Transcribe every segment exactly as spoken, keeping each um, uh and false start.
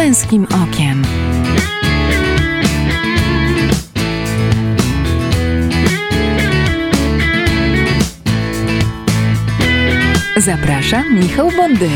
Męskim Okiem. Zaprasza Michał Bondyra.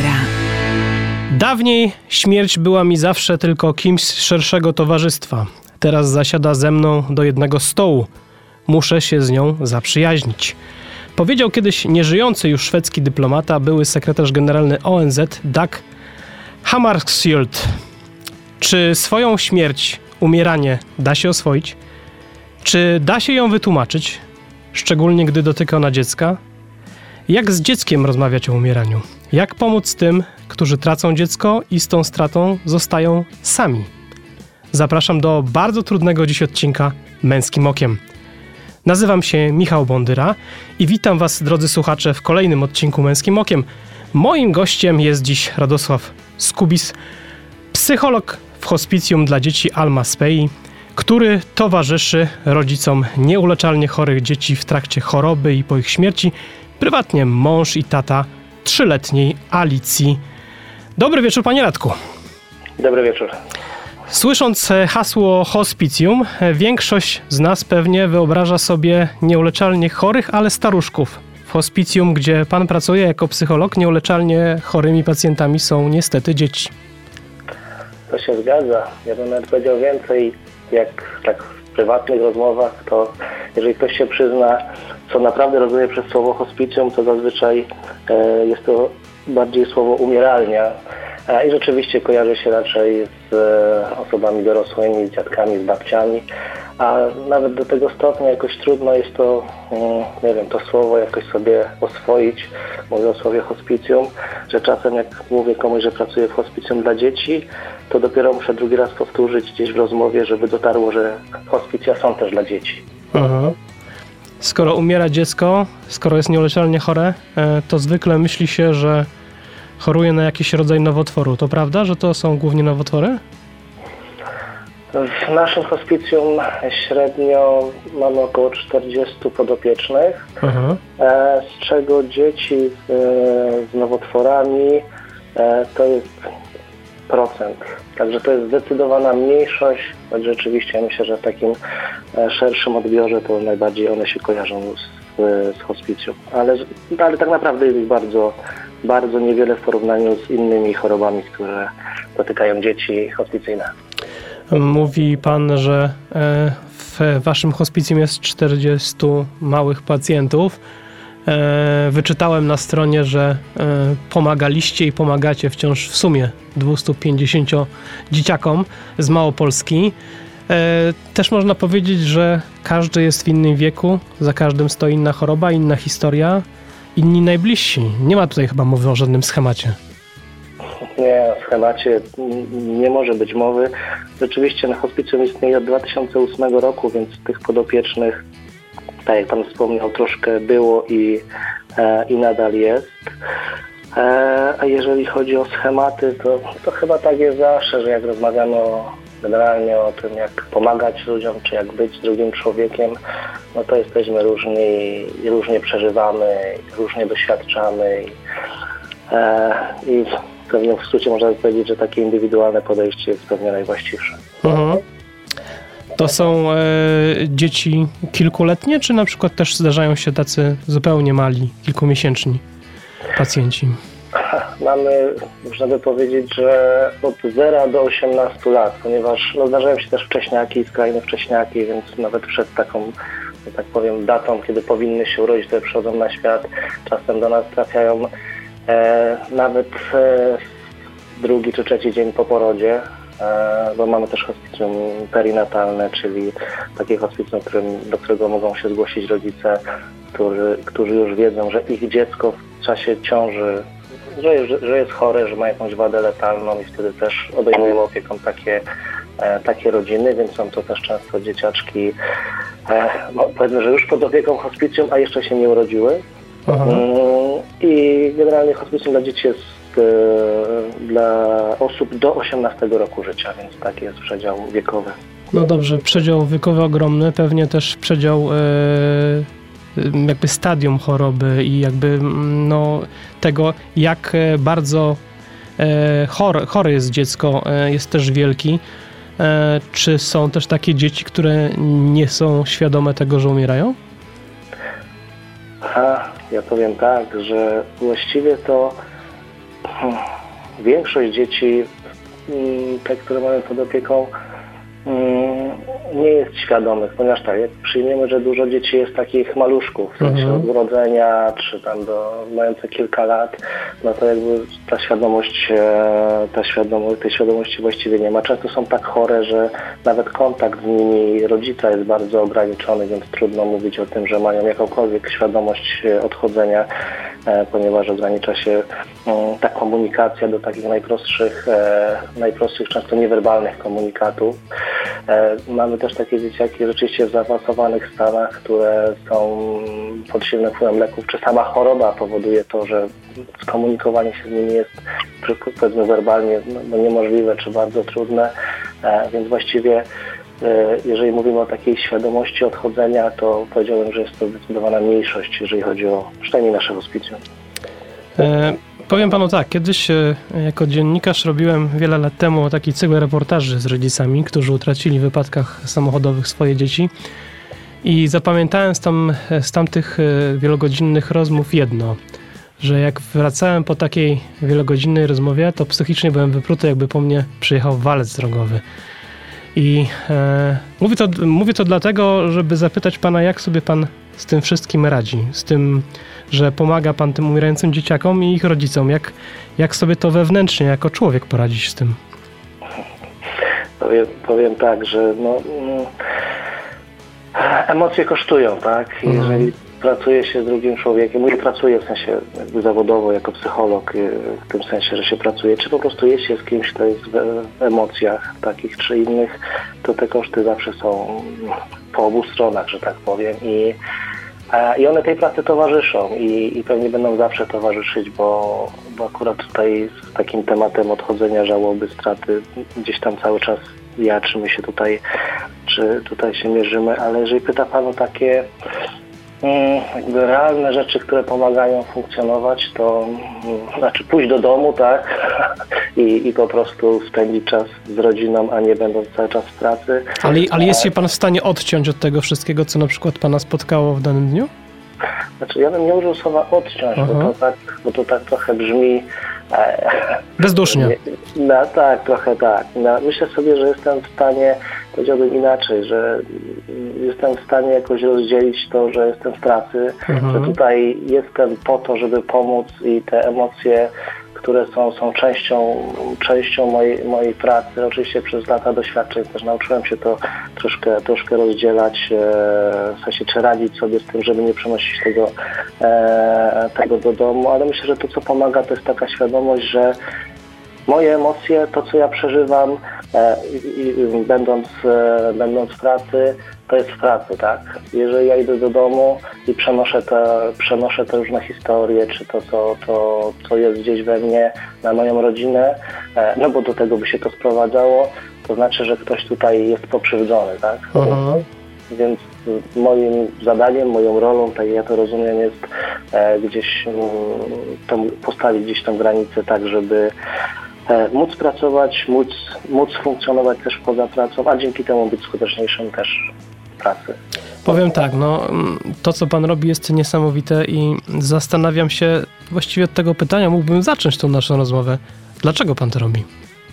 Dawniej śmierć była mi zawsze tylko kimś z szerszego towarzystwa. Teraz zasiada ze mną do jednego stołu. Muszę się z nią zaprzyjaźnić. Powiedział kiedyś nieżyjący już szwedzki dyplomata, były sekretarz generalny O N Z Dag Hammarskjöld. Czy swoją śmierć, umieranie da się oswoić? Czy da się ją wytłumaczyć? Szczególnie gdy dotyka ona dziecka? Jak z dzieckiem rozmawiać o umieraniu? Jak pomóc tym, którzy tracą dziecko i z tą stratą zostają sami? Zapraszam do bardzo trudnego dziś odcinka Męskim Okiem. Nazywam się Michał Bondyra i witam Was, drodzy słuchacze, w kolejnym odcinku Męskim Okiem. Moim gościem jest dziś Radosław Skubis, psycholog w hospicjum dla dzieci Alma Spei, który towarzyszy rodzicom nieuleczalnie chorych dzieci w trakcie choroby i po ich śmierci, prywatnie mąż i tata trzyletniej Alicji. Dobry wieczór, panie Radku. Dobry wieczór. Słysząc hasło hospicjum, większość z nas pewnie wyobraża sobie nieuleczalnie chorych, ale staruszków. W hospicjum, gdzie pan pracuje jako psycholog, nieuleczalnie chorymi pacjentami są niestety dzieci. To się zgadza. Ja bym nawet powiedział więcej, jak tak w prywatnych rozmowach, to jeżeli ktoś się przyzna, co naprawdę rozumie przez słowo hospicjum, to zazwyczaj e, jest to bardziej słowo umieralnia. A, I rzeczywiście kojarzy się raczej z e, osobami dorosłymi, z dziadkami, z babciami, a nawet do tego stopnia jakoś trudno jest to, mm, nie wiem, to słowo jakoś sobie oswoić, mówię o słowie hospicjum, że czasem jak mówię komuś, że pracuję w hospicjum dla dzieci, to dopiero muszę drugi raz powtórzyć gdzieś w rozmowie, żeby dotarło, że hospicja są też dla dzieci. Aha. Skoro umiera dziecko, skoro jest nieuleczalnie chore, to zwykle myśli się, że choruje na jakiś rodzaj nowotworu. To prawda, że to są głównie nowotwory? W naszym hospicjum średnio mamy około czterdziestu podopiecznych, Aha. z czego dzieci z, z nowotworami to jest procent. Także to jest zdecydowana mniejszość, choć rzeczywiście ja myślę, że w takim szerszym odbiorze to najbardziej one się kojarzą z, z hospicjum. Ale, ale tak naprawdę jest ich bardzo, bardzo niewiele w porównaniu z innymi chorobami, które dotykają dzieci hospicyjne. Mówi pan, że w waszym hospicjum jest czterdziestu małych pacjentów. Wyczytałem na stronie, że pomagaliście i pomagacie wciąż w sumie dwustu pięćdziesięciu dzieciakom z Małopolski. Też można powiedzieć, że każdy jest w innym wieku, za każdym stoi inna choroba, inna historia, inni najbliżsi. Nie ma tutaj chyba mowy o żadnym schemacie. Nie, o schemacie nie może być mowy. Rzeczywiście na hospicjum istnieje od dwa tysiące ósmego roku, więc tych podopiecznych, tak jak pan wspomniał, troszkę było i, e, i nadal jest. E, a jeżeli chodzi o schematy, to, to chyba tak jest zawsze, że jak rozmawiamy o, generalnie o tym, jak pomagać ludziom, czy jak być z drugim człowiekiem, no to jesteśmy różni i różnie przeżywamy, i różnie doświadczamy i, e, i pewnie w skrócie można powiedzieć, że takie indywidualne podejście jest pewnie najwłaściwsze. Mhm. To są e, dzieci kilkuletnie, czy na przykład też zdarzają się tacy zupełnie mali, kilkumiesięczni pacjenci? Mamy, można by powiedzieć, że od zera do osiemnastu lat, ponieważ no, zdarzają się też wcześniaki, skrajne wcześniaki, więc nawet przed taką, że tak powiem, datą, kiedy powinny się urodzić, które przychodzą na świat, czasem do nas trafiają e, nawet e, drugi czy trzeci dzień po porodzie. Bo mamy też hospicjum perinatalne, czyli takie hospicjum, którym, do którego mogą się zgłosić rodzice, którzy, którzy już wiedzą, że ich dziecko w czasie ciąży, że, że jest chore, że ma jakąś wadę letalną i wtedy też obejmujemy opieką takie, e, takie rodziny, więc są to też często dzieciaczki, e, no, powiedzmy, że już pod opieką hospicjum, a jeszcze się nie urodziły. Mm, I generalnie hospicjum dla dzieci jest dla osób do osiemnastego roku życia, więc taki jest przedział wiekowy. No dobrze, przedział wiekowy ogromny, pewnie też przedział e, jakby stadium choroby i jakby no, tego, jak bardzo e, chore, chore jest dziecko, e, jest też wielki. E, czy są też takie dzieci, które nie są świadome tego, że umierają? Aha, ja powiem tak, że właściwie to hmm, większość dzieci, hmm, te, które mamy pod opieką, hmm, nie jest świadomych, ponieważ tak, jak przyjmiemy, że dużo dzieci jest takich maluszków, w sensie Mhm. od urodzenia, czy tam do mające kilka lat, no to jakby ta świadomość, e, ta świadomość, tej świadomości właściwie nie ma. Często są tak chore, że nawet kontakt z nimi rodzica jest bardzo ograniczony, więc trudno mówić o tym, że mają jakąkolwiek świadomość e, odchodzenia, e, ponieważ ogranicza się e, ta komunikacja do takich najprostszych, e, najprostszych, często niewerbalnych komunikatów. E, mamy też takie dzieciaki rzeczywiście w zaawansowanych stanach, które są pod silnym wpływem leków, czy sama choroba powoduje to, że skomunikowanie się z nimi jest, powiedzmy werbalnie, no, niemożliwe, czy bardzo trudne, e, więc właściwie e, jeżeli mówimy o takiej świadomości odchodzenia, to powiedziałbym, że jest to zdecydowana mniejszość, jeżeli chodzi o przynajmniej nasze hospicjum. E, powiem panu tak, kiedyś e, jako dziennikarz robiłem wiele lat temu taki cykl reportaży z rodzicami, którzy utracili w wypadkach samochodowych swoje dzieci i zapamiętałem z, tam, z tamtych e, wielogodzinnych rozmów jedno, że jak wracałem po takiej wielogodzinnej rozmowie, to psychicznie byłem wypruty, jakby po mnie przyjechał walec drogowy. I e, mówię, to, mówię to dlatego, żeby zapytać pana, jak sobie pan z tym wszystkim radzi, z tym, że pomaga pan tym umierającym dzieciakom i ich rodzicom. Jak, jak sobie to wewnętrznie, jako człowiek poradzić z tym? Powiem, powiem tak, że no, mm, emocje kosztują, tak? Mhm. Jeżeli pracuje się z drugim człowiekiem, mówię pracuję w sensie jakby zawodowo, jako psycholog, w tym sensie, że się pracuje, czy po prostu jest się z kimś, kto jest w emocjach takich czy innych, to te koszty zawsze są po obu stronach, że tak powiem. I I one tej pracy towarzyszą i, i pewnie będą zawsze towarzyszyć, bo, bo akurat tutaj z takim tematem odchodzenia, żałoby, straty gdzieś tam cały czas ja, czy my się tutaj, czy tutaj się mierzymy, ale jeżeli pyta pan o takie mm, jakby realne rzeczy, które pomagają funkcjonować, to mm, znaczy pójść do domu, tak, I, i po prostu spędzić czas z rodziną, a nie będąc cały czas w pracy. Ale, ale jest się pan w stanie odciąć od tego wszystkiego, co na przykład pana spotkało w danym dniu? Znaczy ja bym nie użył słowa odciąć, bo to, tak, bo to tak trochę brzmi... E, Bezdusznie. No tak, trochę tak. No, myślę sobie, że jestem w stanie, powiedziałbym inaczej, że jestem w stanie jakoś rozdzielić to, że jestem w pracy, Mhm. że tutaj jestem po to, żeby pomóc i te emocje, które są, są częścią, częścią mojej, mojej pracy. Oczywiście przez lata doświadczeń też nauczyłem się to troszkę, troszkę rozdzielać, e, w sensie czy radzić sobie z tym, żeby nie przenosić tego, e, tego do domu, ale myślę, że to, co pomaga, to jest taka świadomość, że moje emocje, to co ja przeżywam, e, i, i, będąc, e, będąc w pracy, to jest w pracy, tak? Jeżeli ja idę do domu i przenoszę te, przenoszę te różne historie, czy to, co, to, co jest gdzieś we mnie, na moją rodzinę, e, no bo do tego by się to sprowadzało, to znaczy, że ktoś tutaj jest pokrzywdzony, tak? Mhm. Więc moim zadaniem, moją rolą, tak ja to rozumiem, jest e, gdzieś m, tam postawić gdzieś tą granicę tak, żeby e, móc pracować, móc, móc funkcjonować też poza pracą, a dzięki temu być skuteczniejszym też w pracy. Powiem tak, no to, co pan robi, jest niesamowite i zastanawiam się, właściwie od tego pytania mógłbym zacząć tą naszą rozmowę. Dlaczego pan to robi?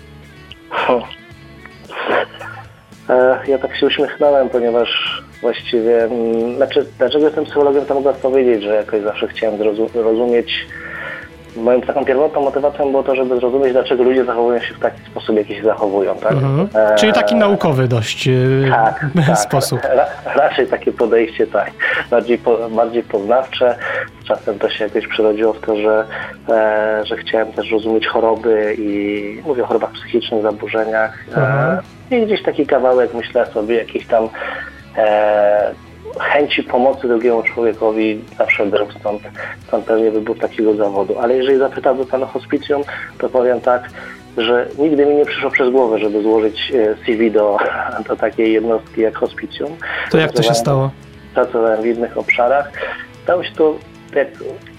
Ja tak się uśmiechnąłem, ponieważ właściwie, mm, znaczy, dlaczego jestem psychologiem, to mogę odpowiedzieć, że jakoś zawsze chciałem zrozum- zrozumieć, moją taką pierwotną motywacją było to, żeby zrozumieć, dlaczego ludzie zachowują się w taki sposób, jaki się zachowują, tak? Mhm. E, Czyli taki naukowy dość e, tak, tak, sposób. Ra- raczej takie podejście, tak, bardziej, po, bardziej poznawcze. Czasem to się jakoś przerodziło w to, że, e, że chciałem też rozumieć choroby i mówię o chorobach psychicznych, zaburzeniach. Mhm. E, I gdzieś taki kawałek, myślę sobie, jakiś tam e, chęci pomocy drugiemu człowiekowi zawsze był, stąd, stąd pewnie wybór takiego zawodu. Ale jeżeli zapytałby pan o hospicjum, to powiem tak, że nigdy mi nie przyszło przez głowę, żeby złożyć C V do, do takiej jednostki jak hospicjum. To jak to się stało? Pracowałem w innych obszarach. Stało się to, jak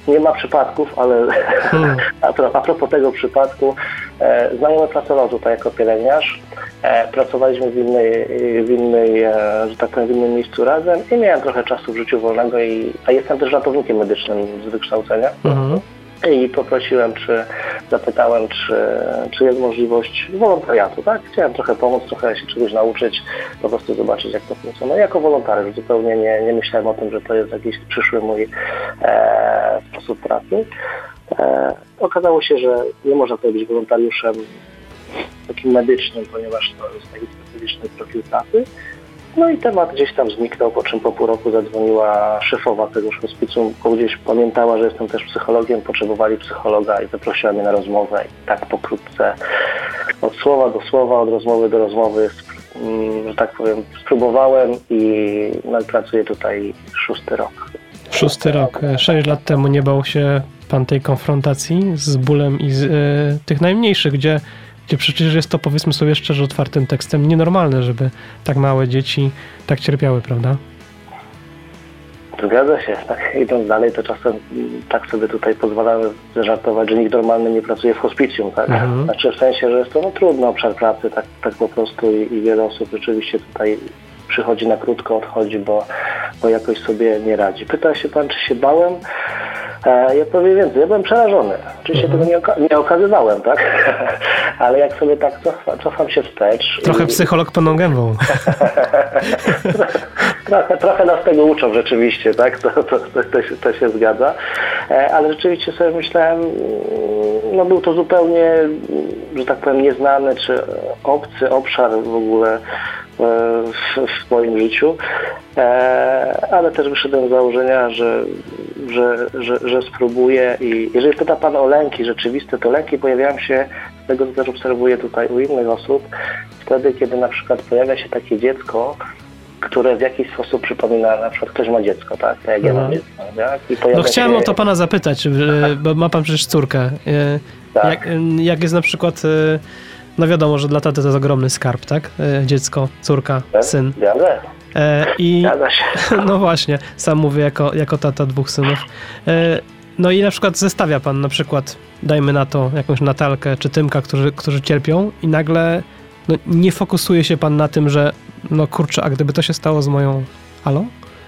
nie ma przypadków, ale hmm. a, pro, a propos tego przypadku, e, znajomy pracował tutaj jako pielęgniarz. E, pracowaliśmy w innej, w innej e, że tak powiem, w innym miejscu razem i miałem trochę czasu w życiu wolnego, i, a jestem też ratownikiem medycznym z wykształcenia. Hmm. I poprosiłem, czy zapytałem, czy, czy jest możliwość wolontariatu, tak? Chciałem trochę pomóc, trochę się czegoś nauczyć, po prostu zobaczyć, jak to funkcjonuje. Jako wolontariusz zupełnie nie, nie myślałem o tym, że to jest jakiś przyszły mój e, sposób pracy. E, okazało się, że nie można tutaj być wolontariuszem takim medycznym, ponieważ to jest taki specyficzny profil pracy. No i temat gdzieś tam zniknął, po czym po pół roku zadzwoniła szefowa tegoż hospicjum, bo gdzieś pamiętała, że jestem też psychologiem, potrzebowali psychologa i zaprosiła mnie na rozmowę. I tak pokrótce, od słowa do słowa, od rozmowy do rozmowy, że tak powiem, spróbowałem i no, pracuję tutaj szósty rok. Szósty rok. Sześć lat temu nie bał się pan tej konfrontacji z bólem i z e, tych najmniejszych, gdzie Gdzie przecież jest to, powiedzmy sobie szczerze, otwartym tekstem, nienormalne, żeby tak małe dzieci tak cierpiały, prawda? Zgadza się. Tak, idąc dalej, to czasem tak sobie tutaj pozwalamy zażartować, że nikt normalny nie pracuje w hospicjum, tak? Mhm. Znaczy w sensie, że jest to no, trudny obszar pracy, tak, tak po prostu i, i wiele osób rzeczywiście tutaj przychodzi na krótko, odchodzi, bo, bo jakoś sobie nie radzi. Pyta się pan, czy się bałem? E, ja powiem więcej, ja byłem przerażony. Oczywiście mhm. tego nie, oka- nie okazywałem, tak? Ale jak sobie tak cofa, cofam się wstecz... Trochę i... psycholog paną gębą. trochę, trochę nas tego uczą rzeczywiście, tak? To, to, to, to, się, to się zgadza. E, ale rzeczywiście sobie myślałem, no był to zupełnie, że tak powiem, nieznany czy obcy obszar w ogóle w, w moim życiu, e, ale też wyszedłem z założenia, że, że, że, że spróbuję i jeżeli pyta pan o lęki rzeczywiste, to lęki pojawiają się, z tego co też obserwuję tutaj u innych osób, wtedy kiedy na przykład pojawia się takie dziecko, które w jakiś sposób przypomina, na przykład ktoś ma dziecko, tak, tak jak ja mam dziecko, tak? I no chciałem się... o to pana zapytać, bo ma pan przecież córkę. Tak. Jak, jak jest na przykład... No wiadomo, że dla taty to jest ogromny skarb, tak? Dziecko, córka, tak? Syn. Zgadza. E, i Zgadza się. No właśnie, sam mówię jako, jako tata dwóch synów. E, no i na przykład zestawia pan na przykład, dajmy na to jakąś Natalkę czy Tymka, którzy, którzy cierpią i nagle no, nie fokusuje się pan na tym, że no kurczę, a gdyby to się stało z moją Alą?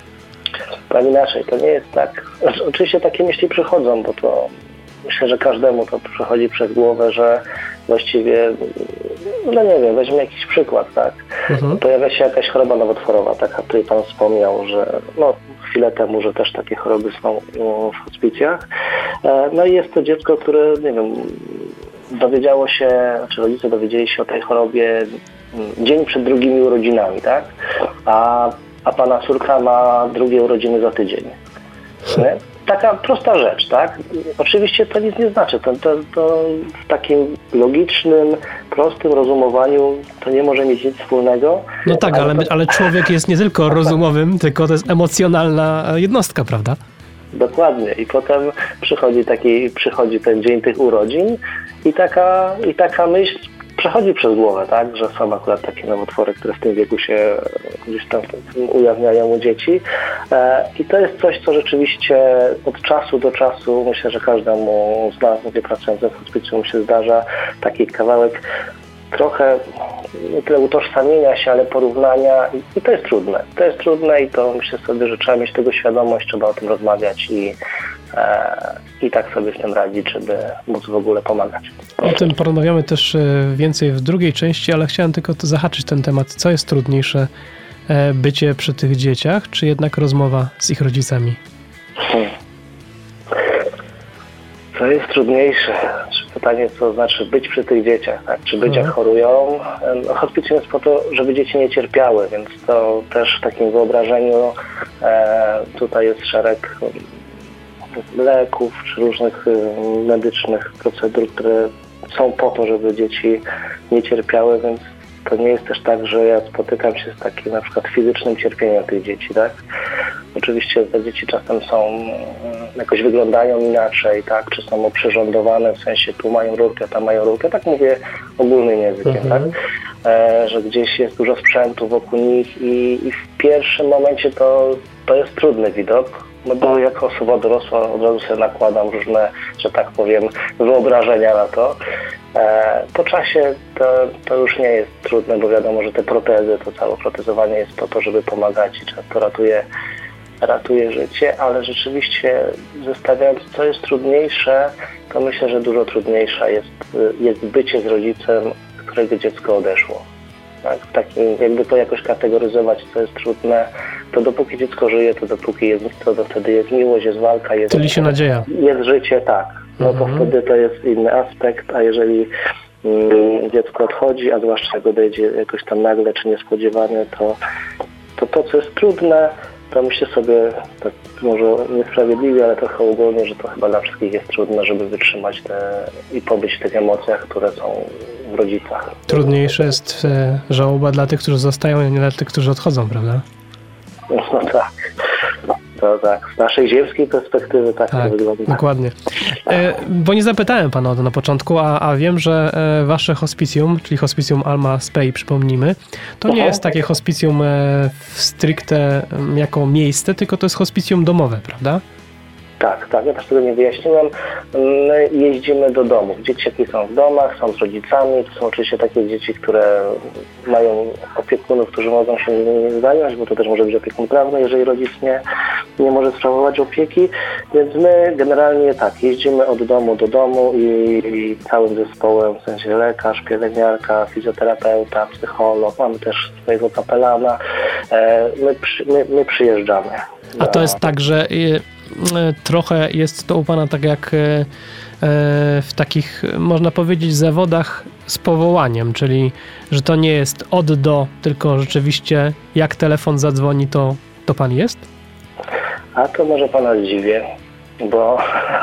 Pan inaczej, to nie jest tak. Oczywiście takie myśli przychodzą, bo to myślę, że każdemu to przechodzi przez głowę, że właściwie, no nie wiem, weźmy jakiś przykład, tak? Mhm. Pojawia się jakaś choroba nowotworowa, tak, o której pan wspomniał, że no chwilę temu, że też takie choroby są w hospicjach. No i jest to dziecko, które, nie wiem, dowiedziało się, czy rodzice dowiedzieli się o tej chorobie dzień przed drugimi urodzinami, tak? A, a pana córka ma drugie urodziny za tydzień. Nie? Taka prosta rzecz, tak? Oczywiście to nic nie znaczy. To, to, to w takim logicznym, prostym rozumowaniu to nie może mieć nic wspólnego. No tak, ale, ale, to... ale człowiek jest nie tylko rozumowym, tylko to jest emocjonalna jednostka, prawda? Dokładnie. I potem przychodzi taki, przychodzi ten dzień tych urodzin i taka, i taka myśl przechodzi przez głowę, tak, że są akurat takie nowotwory, które w tym wieku się gdzieś tam ujawniają u dzieci. E, I to jest coś, co rzeczywiście od czasu do czasu, myślę, że każdemu z nas, gdzie pracującym w hospicjum się zdarza, taki kawałek trochę nie tyle utożsamienia się, ale porównania i, i to jest trudne. To jest trudne i to myślę sobie, że trzeba mieć tego świadomość, trzeba o tym rozmawiać i, e, i tak sobie z tym radzić, żeby móc w ogóle pomagać. O tym porozmawiamy też więcej w drugiej części, ale chciałem tylko zahaczyć ten temat. Co jest trudniejsze, bycie przy tych dzieciach, czy jednak rozmowa z ich rodzicami? Hmm. Co jest trudniejsze? Pytanie, co znaczy być przy tych dzieciach, tak? Czy być jak chorują? No, hospicjum jest po to, żeby dzieci nie cierpiały, więc to też w takim wyobrażeniu e, tutaj jest szereg leków czy różnych y, medycznych procedur, które są po to, żeby dzieci nie cierpiały, więc to nie jest też tak, że ja spotykam się z takim na przykład fizycznym cierpieniem tych dzieci, tak? Oczywiście te dzieci czasem są, jakoś wyglądają inaczej, tak? Czy są oprzyrządowane, w sensie tu mają rurkę, tam mają rurkę, tak mówię ogólnym językiem, mhm. tak? E, że gdzieś jest dużo sprzętu wokół nich i, i w pierwszym momencie to, to jest trudny widok, no bo jako osoba dorosła od razu sobie nakładam różne, że tak powiem, wyobrażenia na to. E, po czasie to, to już nie jest trudne, bo wiadomo, że te protezy, to całe protezowanie jest po to, żeby pomagać i często ratuje, ratuje życie, ale rzeczywiście zestawiając, co jest trudniejsze, to myślę, że dużo trudniejsza jest, jest bycie z rodzicem, którego dziecko odeszło. Tak, takim, jakby to jakoś kategoryzować, co jest trudne, to dopóki dziecko żyje, to dopóki jest, to, to wtedy jest miłość, jest walka, jest, Tyli się nadzieja. Jest życie, tak. No Mhm. to wtedy to jest inny aspekt, a jeżeli mm, dziecko odchodzi, a zwłaszcza jak odejdzie jakoś tam nagle czy niespodziewanie, to to, to co jest trudne, to myślę sobie, tak może niesprawiedliwie, ale trochę ogólnie, że to chyba dla wszystkich jest trudne, żeby wytrzymać te i pobyć w tych emocjach, które są w rodzicach. Trudniejsze jest e, żałoba dla tych, którzy zostają, a nie dla tych, którzy odchodzą, prawda? No tak. To tak, z naszej ziemskiej perspektywy tak, Tak, to wygląda. dokładnie. E, bo nie zapytałem pana o to na początku, a, a wiem, że e, wasze hospicjum, czyli hospicjum Alma Spey, przypomnijmy, to nie Aha. jest takie hospicjum e, stricte m, jako miejsce, tylko to jest hospicjum domowe, prawda? Tak, tak, ja też tego nie wyjaśniłem. My jeździmy do domów. Dzieciaki są w domach, są z rodzicami. To są oczywiście takie dzieci, które mają opiekunów, którzy mogą się nimi zająć, bo to też może być opiekun prawny, jeżeli rodzic nie, nie może sprawować opieki. Więc my generalnie tak, jeździmy od domu do domu i, i całym zespołem, w sensie lekarz, pielęgniarka, fizjoterapeuta, psycholog, mamy też swojego kapelana. E, my, przy, my, my przyjeżdżamy. A to jest tak, że e, trochę jest to u pana tak jak e, e, w takich, można powiedzieć, zawodach z powołaniem, czyli że to nie jest od do, tylko rzeczywiście jak telefon zadzwoni, to, to pan jest? A to może pana zdziwię, bo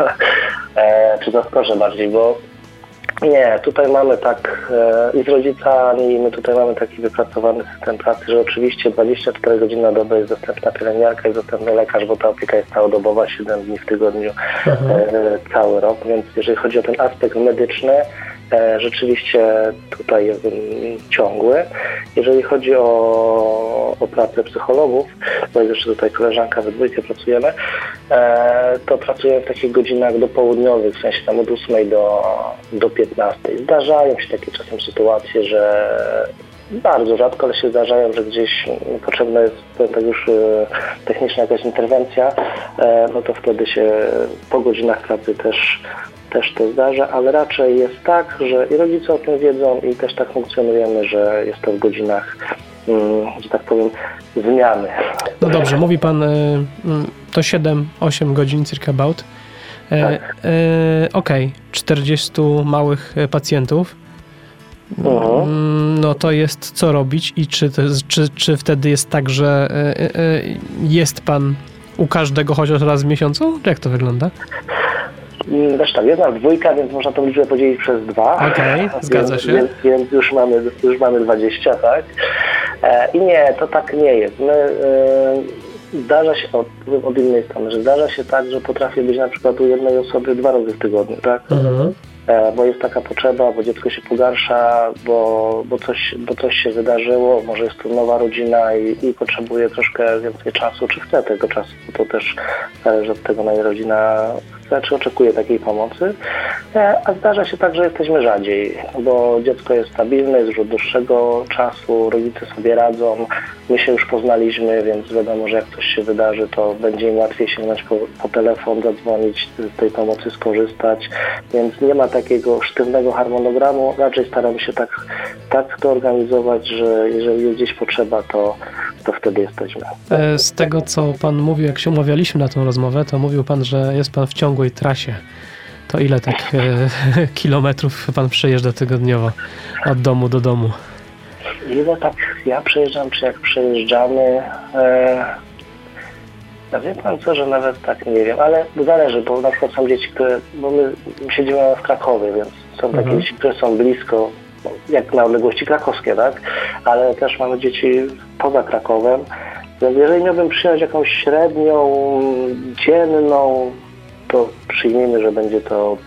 e, czy zaskoczę bardziej, bo nie, tutaj mamy tak e, i z rodzicami, my tutaj mamy taki wypracowany system pracy, że oczywiście dwadzieścia cztery godziny na dobę jest dostępna pielęgniarka i dostępny lekarz, bo ta opieka jest całodobowa, siedem dni w tygodniu, e, cały rok, więc jeżeli chodzi o ten aspekt medyczny, e, rzeczywiście tutaj jest mm, ciągły. Jeżeli chodzi o, o pracę psychologów, bo jest jeszcze tutaj koleżanka, we dwójkę pracujemy, e, to pracujemy w takich godzinach dopołudniowych, w sensie tam od ósmej do, do piętnastej. Zdarzają się takie czasem sytuacje, że bardzo rzadko, ale się zdarzają, że gdzieś potrzebna jest tak już techniczna jakaś interwencja, e, no to wtedy się po godzinach pracy też też to zdarza, ale raczej jest tak, że i rodzice o tym wiedzą i też tak funkcjonujemy, że jest to w godzinach, że tak powiem, zmiany. No dobrze, mówi pan y, to siedem osiem godzin circa about. E, Tak. e, Okej, okay. czterdziestu małych pacjentów. Mhm. Mm, No to jest co robić i czy, to jest, czy, czy wtedy jest tak, że y, y, jest pan u każdego chociaż raz w miesiącu? Jak to wygląda? Też tak, jedna dwójka, więc można tą liczbę podzielić przez dwa. Okej, okay, zgadza więc, się. Więc, więc już mamy już mamy dwadzieścia, tak? E, I nie, to tak nie jest. My, e, zdarza się, od, od innej strony, że zdarza się tak, że potrafię być na przykład u jednej osoby dwa razy w tygodniu, tak? Mhm. E, bo jest taka potrzeba, bo dziecko się pogarsza, bo, bo, coś, bo coś się wydarzyło, może jest to nowa rodzina i, i potrzebuje troszkę więcej czasu, czy chce tego czasu, bo to też zależy od tego, na ile rodzina chce, czy oczekuje takiej pomocy. E, a zdarza się tak, że jesteśmy rzadziej, bo dziecko jest stabilne, jest już od dłuższego czasu, rodzice sobie radzą, my się już poznaliśmy, więc wiadomo, że jak coś się wydarzy, to będzie im łatwiej sięgnąć po, po telefon, zadzwonić, z tej pomocy skorzystać, więc nie ma takiego sztywnego harmonogramu, raczej staramy się tak, tak to organizować, że jeżeli jest gdzieś potrzeba, to, to wtedy jesteśmy. E, Z tego, co pan mówił, jak się umawialiśmy na tą rozmowę, to mówił pan, że jest pan w ciągłej trasie. To ile tak e, kilometrów pan przejeżdża tygodniowo od domu do domu? Ile tak ja przejeżdżam, czy jak przejeżdżamy, e, ja wie pan co, że nawet tak nie wiem, ale zależy, bo na przykład są dzieci, które, bo my siedzimy w Krakowie, więc są takie Mhm. dzieci, które są blisko, jak na odległości krakowskie, tak? Ale też mamy dzieci poza Krakowem, więc jeżeli miałbym przyjąć jakąś średnią, dzienną, to przyjmijmy, że będzie to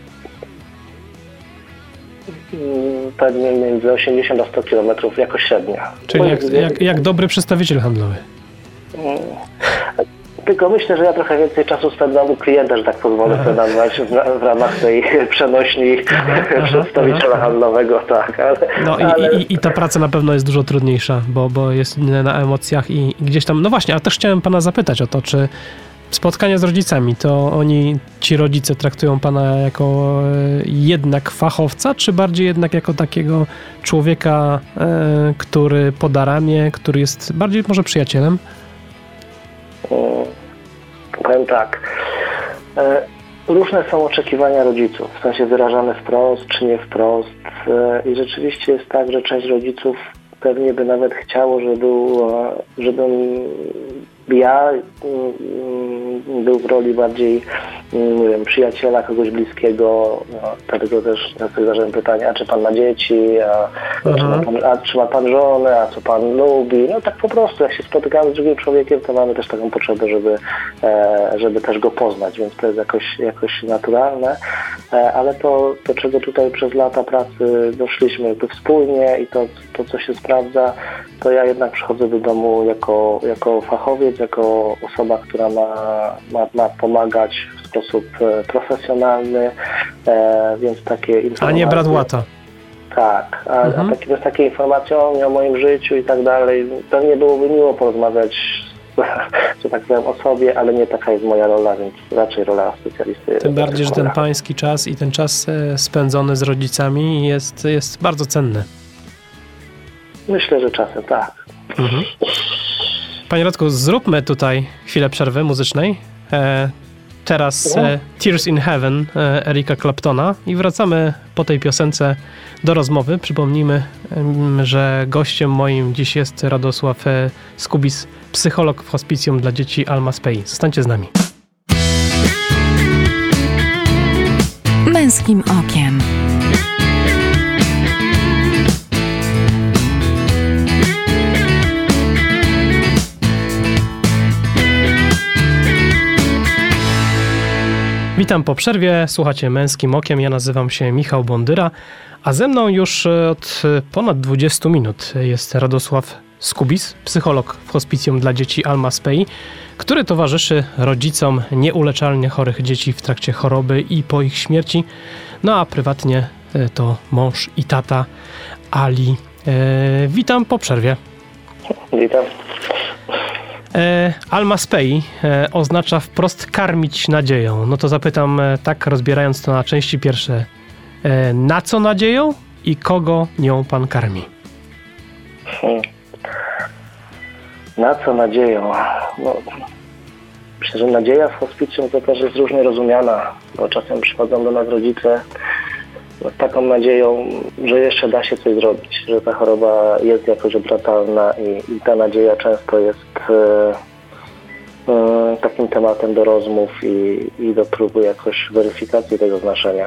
mm, pewnie między osiemdziesiąt a sto kilometrów jako średnia. Czyli Bo jak, jest- jak, jak dobry przedstawiciel handlowy. Tylko myślę, że ja trochę więcej czasu spędzam u klienta, że tak pozwolę sobie nazwać w, w ramach tej przenośni przedstawiciela handlowego, tak. Ale, no ale... i, i, i ta praca na pewno jest dużo trudniejsza, bo, bo jest na emocjach i, i gdzieś tam, no właśnie, ale też chciałem pana zapytać o to, czy spotkania z rodzicami, to oni, ci rodzice traktują pana jako jednak fachowca, czy bardziej jednak jako takiego człowieka, e, który poda ramię, który jest bardziej może przyjacielem? Hmm, powiem tak. E, różne są oczekiwania rodziców, w sensie wyrażane wprost, czy nie wprost. E, I rzeczywiście jest tak, że część rodziców pewnie by nawet chciało, żeby, żebym ja był w roli bardziej, nie wiem, przyjaciela, kogoś bliskiego. No, dlatego też sobie zadałem pytanie, a czy pan ma dzieci, a, czy ma pan, a czy ma pan żonę, a co pan lubi. No tak po prostu, jak się spotykamy z drugim człowiekiem, to mamy też taką potrzebę, żeby, żeby też go poznać, więc to jest jakoś, jakoś naturalne. Ale to, do czego tutaj przez lata pracy doszliśmy jakby wspólnie i to, to co się sprawdza, to ja jednak przychodzę do domu jako, jako fachowiec, jako osoba, która ma, ma, ma pomagać w sposób profesjonalny, e, więc takie informacje... A nie brat łata. Tak, a, mhm. a takie, bez takiej informacji o mnie, o moim życiu i tak dalej, pewnie byłoby miło porozmawiać, że tak powiem, o sobie, ale nie taka jest moja rola, więc raczej rola specjalisty. Tym bardziej, że ten pański czas i ten czas spędzony z rodzicami jest, jest bardzo cenny. Myślę, że czasem tak. Mhm. Panie Radku, zróbmy tutaj chwilę przerwy muzycznej. E, teraz e, Tears in Heaven e, Erika Claptona i wracamy po tej piosence do rozmowy. Przypomnijmy, e, że gościem moim dziś jest Radosław e, Skubis, psycholog w hospicjum dla dzieci Alma Spei. Zostańcie z nami. Męskim okiem. Witam po przerwie, słuchacie Męskim Okiem, ja nazywam się Michał Bondyra, a ze mną już od ponad dwudziestu minut jest Radosław Skubis, psycholog w hospicjum dla dzieci Alma Spei, który towarzyszy rodzicom nieuleczalnie chorych dzieci w trakcie choroby i po ich śmierci, no a prywatnie to mąż i tata Ali. E, witam po przerwie. Witam. Alma Spei oznacza wprost karmić nadzieją. No to zapytam tak, rozbierając to na części pierwsze. Na co nadzieją i kogo nią pan karmi? Hmm. Na co nadzieją? No, myślę, że nadzieja w hospicjum to też jest różnie rozumiana, bo czasem przychodzą do nas rodzice z taką nadzieją, że jeszcze da się coś zrobić, że ta choroba jest jakoś obracalna i, i ta nadzieja często jest e, e, takim tematem do rozmów i, i do próby jakoś weryfikacji tego znaczenia.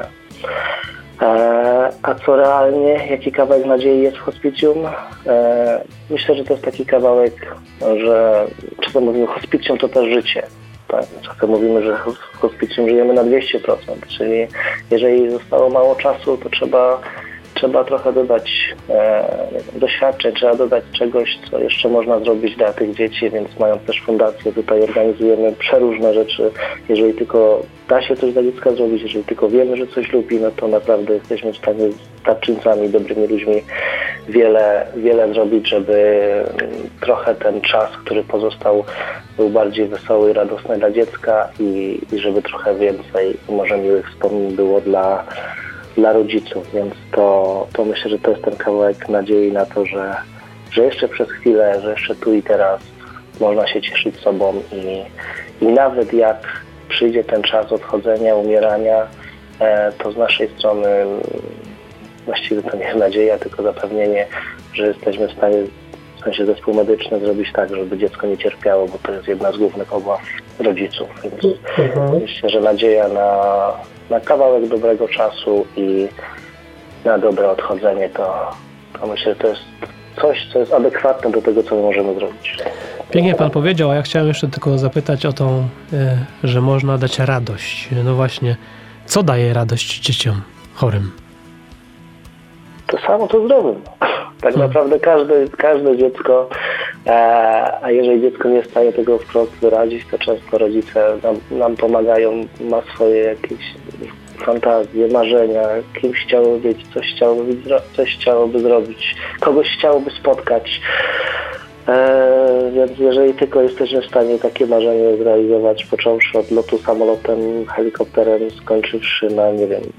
E, a co realnie, jaki kawałek nadziei jest w hospicjum? E, myślę, że to jest taki kawałek, że czasem mówimy, hospicjum to też życie. Tak, czasem mówimy, że w hospicjum żyjemy na dwieście procent, czyli jeżeli zostało mało czasu, to trzeba, trzeba trochę dodać e, doświadczeń, trzeba dodać czegoś, co jeszcze można zrobić dla tych dzieci, więc mając też fundację, tutaj organizujemy przeróżne rzeczy. Jeżeli tylko da się coś dla dziecka zrobić, jeżeli tylko wiemy, że coś lubi, no to naprawdę jesteśmy w stanie z darczyńcami, dobrymi ludźmi wiele, wiele zrobić, żeby trochę ten czas, który pozostał, był bardziej wesoły i radosny dla dziecka i, i żeby trochę więcej może miłych wspomnień było dla, dla rodziców, więc to, to myślę, że to jest ten kawałek nadziei na to, że, że jeszcze przez chwilę, że jeszcze tu i teraz można się cieszyć sobą i, i nawet jak przyjdzie ten czas odchodzenia, umierania, e, to z naszej strony właściwie to nie jest nadzieja, tylko zapewnienie, że jesteśmy w stanie, w sensie zespół medyczny, zrobić tak, żeby dziecko nie cierpiało, bo to jest jedna z głównych obaw rodziców. Więc mhm. myślę, że nadzieja na, na kawałek dobrego czasu i na dobre odchodzenie, to, to myślę, że to jest coś, co jest adekwatne do tego, co my możemy zrobić. Pięknie pan powiedział, a ja chciałem jeszcze tylko zapytać o tą, że można dać radość. No właśnie, co daje radość dzieciom chorym? To samo co zdrowym. Tak hmm. naprawdę każde, każde dziecko A jeżeli dziecko nie jest w stanie tego wprost wyrazić, to często rodzice nam, nam pomagają, ma swoje jakieś fantazje, marzenia, kimś chciałoby być, coś chciałoby, coś chciałoby zrobić, kogoś chciałoby spotkać. Eee, więc jeżeli tylko jesteśmy w stanie takie marzenie zrealizować, począwszy od lotu samolotem, helikopterem, skończywszy na, nie wiem,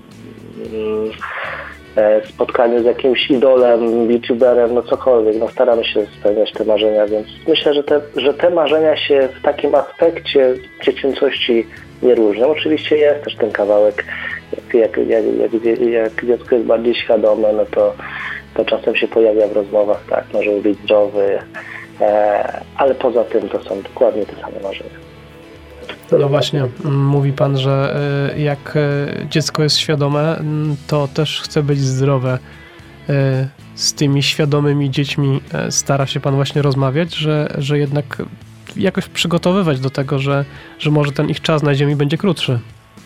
e, spotkaniu z jakimś idolem, youtuberem, no cokolwiek, no staramy się spełniać te marzenia, więc myślę, że te, że te marzenia się w takim aspekcie dziecięcości nie różnią. Oczywiście jest też ten kawałek, jak, jak, jak, jak, jak dziecko jest bardziej świadome, no to, to czasem się pojawia w rozmowach, tak, może być zdrowy, e, ale poza tym to są dokładnie te same marzenia. No właśnie, mówi pan, że jak dziecko jest świadome, to też chce być zdrowe. Z tymi świadomymi dziećmi stara się pan właśnie rozmawiać, że, że jednak jakoś przygotowywać do tego, że, że może ten ich czas na ziemi będzie krótszy.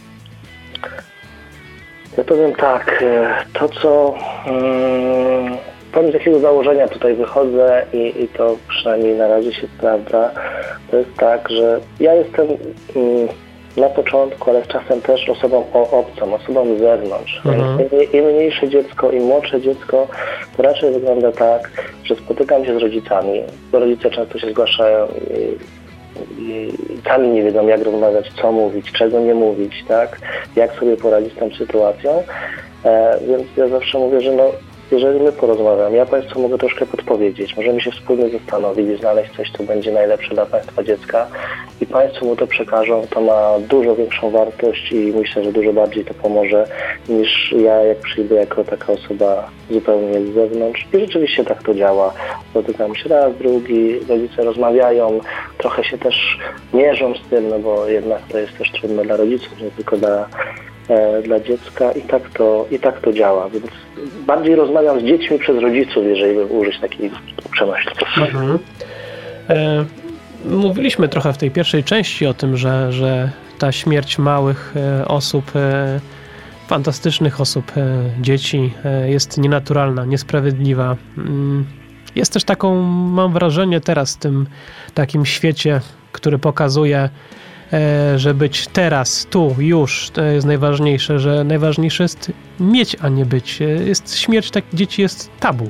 Ja powiem tak, to co... Hmm, powiem z jakiego założenia tutaj wychodzę i, i to przynajmniej na razie się sprawdza, to jest tak, że ja jestem hmm, na początku, ale czasem też osobą obcą, osobą z zewnątrz. Mhm. Im, Im mniejsze dziecko, im młodsze dziecko, to raczej wygląda tak, że spotykam się z rodzicami, bo rodzice często się zgłaszają i, i sami nie wiedzą, jak rozmawiać, co mówić, czego nie mówić, tak? Jak sobie poradzić z tą sytuacją. E, więc ja zawsze mówię, że no, jeżeli my porozmawiamy, ja Państwu mogę troszkę podpowiedzieć, możemy się wspólnie zastanowić i znaleźć coś, co będzie najlepsze dla Państwa dziecka i Państwo mu to przekażą, to ma dużo większą wartość i myślę, że dużo bardziej to pomoże niż ja, jak przyjdę jako taka osoba zupełnie z zewnątrz. I rzeczywiście tak to działa. Spotykam się raz, drugi, rodzice rozmawiają, trochę się też mierzą z tym, no bo jednak to jest też trudne dla rodziców, nie tylko dla dla dziecka i tak to, i tak to działa, więc bardziej rozmawiam z dziećmi przez rodziców, jeżeli bym użyć takiej przenośni. Mhm. E, mówiliśmy trochę w tej pierwszej części o tym, że, że ta śmierć małych e, osób, e, fantastycznych osób, e, dzieci e, jest nienaturalna, niesprawiedliwa. Mm, jest też taką, mam wrażenie teraz w tym takim świecie, który pokazuje, że być teraz, tu, już, to jest najważniejsze, że najważniejsze jest mieć, a nie być. Jest śmierć tak, dzieci jest tabu.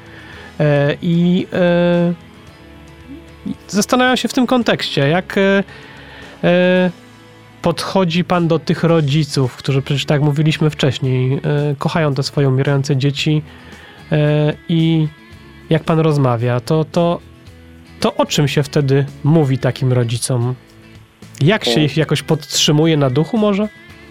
I zastanawiam się w tym kontekście, jak podchodzi pan do tych rodziców, którzy przecież tak jak mówiliśmy wcześniej, kochają te swoje umierające dzieci i jak pan rozmawia, to, to, to o czym się wtedy mówi takim rodzicom? Jak się ich jakoś podtrzymuje na duchu może?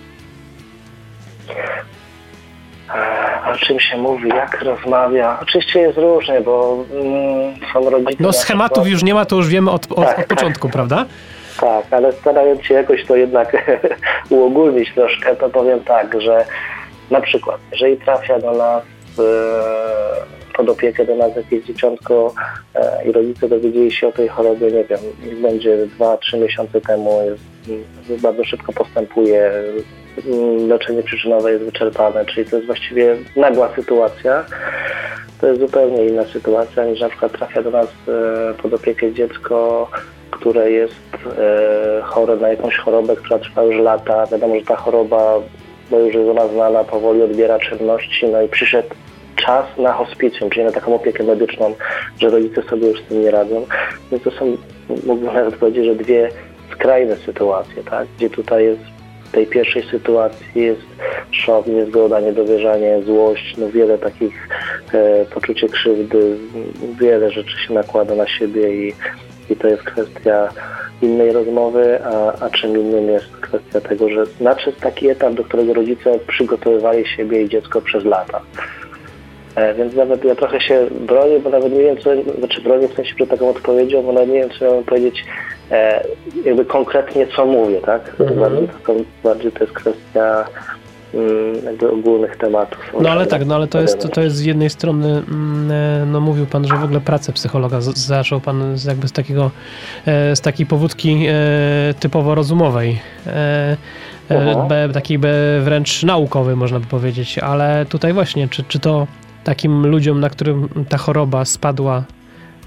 O czym się mówi, jak rozmawia? Oczywiście jest różnie, bo mm, są rodzice... No schematów już nie ma, to już wiemy od, od, tak, od początku, tak. Prawda? Tak, ale starając się jakoś to jednak uogólnić troszkę, to powiem tak, że na przykład, jeżeli trafia do nas e, pod opiekę do nas jakieś dzieciątko e, i rodzice dowiedzieli się o tej chorobie, nie wiem, będzie dwa trzy miesiące temu, jest, bardzo szybko postępuje, leczenie przyczynowe jest wyczerpane, czyli to jest właściwie nagła sytuacja. To jest zupełnie inna sytuacja niż na przykład trafia do nas e, pod opiekę dziecko, które jest e, chore na jakąś chorobę, która trwa już lata. Wiadomo, że ta choroba, bo już jest ona znana, powoli odbiera czynności, no i przyszedł czas na hospicjum, czyli na taką opiekę medyczną, że rodzice sobie już z tym nie radzą. Więc to są, mógłbym nawet powiedzieć, że dwie skrajne sytuacje, tak? Gdzie tutaj jest w tej pierwszej sytuacji jest szok, niezgoda, niedowierzanie, złość, no wiele takich e, poczucie krzywdy, wiele rzeczy się nakłada na siebie i, i to jest kwestia innej rozmowy, a, a czym innym jest kwestia tego, że nadszedł taki etap, do którego rodzice przygotowywali siebie i dziecko przez lata. E, więc nawet ja trochę się bronię, bo nawet nie wiem, co, znaczy bronię w sensie przed taką odpowiedzią, bo nawet nie wiem, co miałem powiedzieć e, jakby konkretnie, co mówię, tak? Mhm. Bardziej, to, bardziej to jest kwestia mm, jakby ogólnych tematów. No ale tak, no ale to jest, to jest z jednej strony, no mówił pan, że w ogóle pracę psychologa z, zaczął pan z, jakby z takiego, e, z takiej powódki e, typowo rozumowej. E, Be, takiej be, wręcz naukowej, można by powiedzieć, ale tutaj właśnie, czy, czy to takim ludziom, na którym ta choroba spadła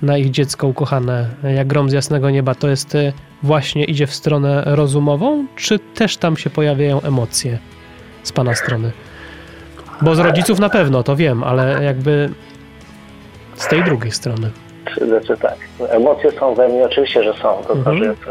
na ich dziecko ukochane, jak grom z jasnego nieba, to jest y, właśnie idzie w stronę rozumową, czy też tam się pojawiają emocje z pana strony? Bo z rodziców na pewno, to wiem, ale jakby z tej drugiej strony. Znaczy tak, emocje są we mnie, oczywiście, że są, to Mhm. znaczy,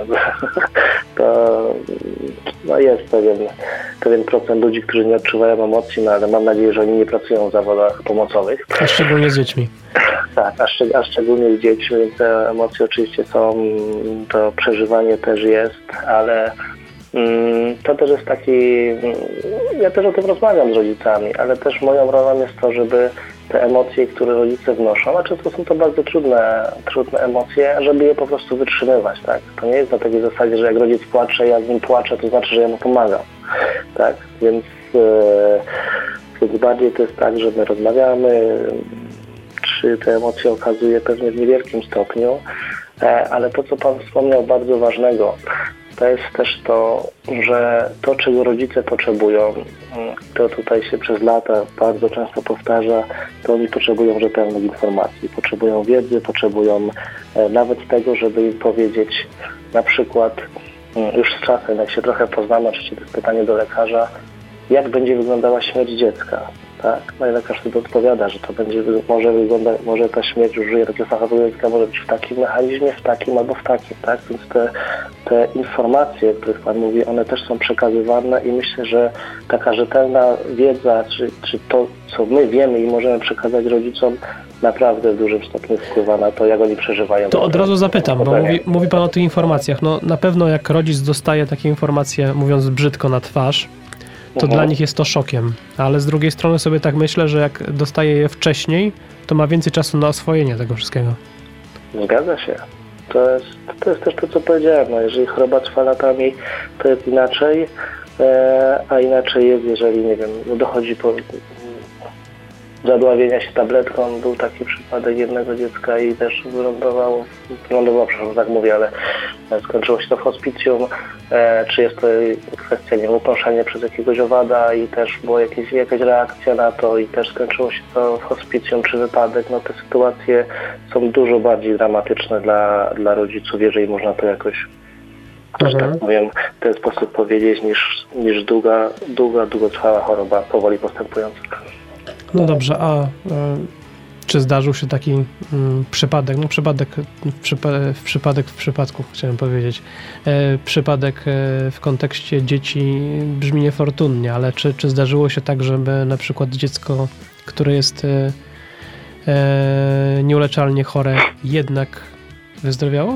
to no jest pewien, pewien procent ludzi, którzy nie odczuwają emocji, no ale mam nadzieję, że oni nie pracują w zawodach pomocowych. A szczególnie z dziećmi. Tak, a, szczeg- a szczególnie z dziećmi, więc te emocje oczywiście są, to przeżywanie też jest, ale mm, to też jest taki, mm, ja też o tym rozmawiam z rodzicami, ale też moją rolą jest to, żeby te emocje, które rodzice wnoszą, a często są to bardzo trudne, trudne emocje, żeby je po prostu wytrzymywać, tak? To nie jest na takiej zasadzie, że jak rodzic płacze, ja z nim płaczę, to znaczy, że ja mu pomagam, tak? Więc, e, więc bardziej to jest tak, że my rozmawiamy, czy te emocje okazuje pewnie w niewielkim stopniu, e, ale to, co Pan wspomniał bardzo ważnego, to jest też to, że to, czego rodzice potrzebują, to tutaj się przez lata bardzo często powtarza, to oni potrzebują rzetelnych informacji, potrzebują wiedzy, potrzebują e, nawet tego, żeby im powiedzieć na przykład m, już z czasem, jak się trochę poznamy, oczywiście to jest pytanie do lekarza, jak będzie wyglądała śmierć dziecka. Tak? No i lekarz wtedy odpowiada, że to będzie, może wygląda, może ta śmierć, już żyje takiego fachowego języka, może być w takim mechanizmie, w takim albo w takim, tak? Więc te, te informacje, o których Pan mówi, one też są przekazywane i myślę, że taka rzetelna wiedza, czy, czy to, co my wiemy i możemy przekazać rodzicom, naprawdę w dużym stopniu wpływa na to, jak oni przeżywają. To od razu zapytam, bo mówi, mówi Pan o tych informacjach. No na pewno jak rodzic dostaje takie informacje, mówiąc brzydko, na twarz, to Mhm. dla nich jest to szokiem. Ale z drugiej strony sobie tak myślę, że jak dostaje je wcześniej, to ma więcej czasu na oswojenie tego wszystkiego. Zgadza się. To jest, to jest też to, co powiedziałem. No, jeżeli choroba trwa latami, to jest inaczej, e, a inaczej jest, jeżeli, nie wiem, no dochodzi po zadławienia się tabletką. Był taki przypadek jednego dziecka i też wylądowało, wylądowało, przepraszam, tak mówię, ale skończyło się to w hospicjum. E, czy jest to kwestia, nie wiem, upąszenia przez jakiegoś owada i też była jakieś, jakaś reakcja na to i też skończyło się to w hospicjum, czy wypadek. No te sytuacje są dużo bardziej dramatyczne dla, dla rodziców, jeżeli można to jakoś, że tak powiem, w ten sposób powiedzieć, niż, niż długa, długa, długotrwała choroba powoli postępująca. No dobrze, a e, czy zdarzył się taki mm, przypadek, no przypadek w, przypa- w przypadek w przypadku, chciałem powiedzieć, e, przypadek e, w kontekście dzieci brzmi niefortunnie, ale czy, czy zdarzyło się tak, żeby na przykład dziecko, które jest e, e, nieuleczalnie chore, jednak wyzdrowiało?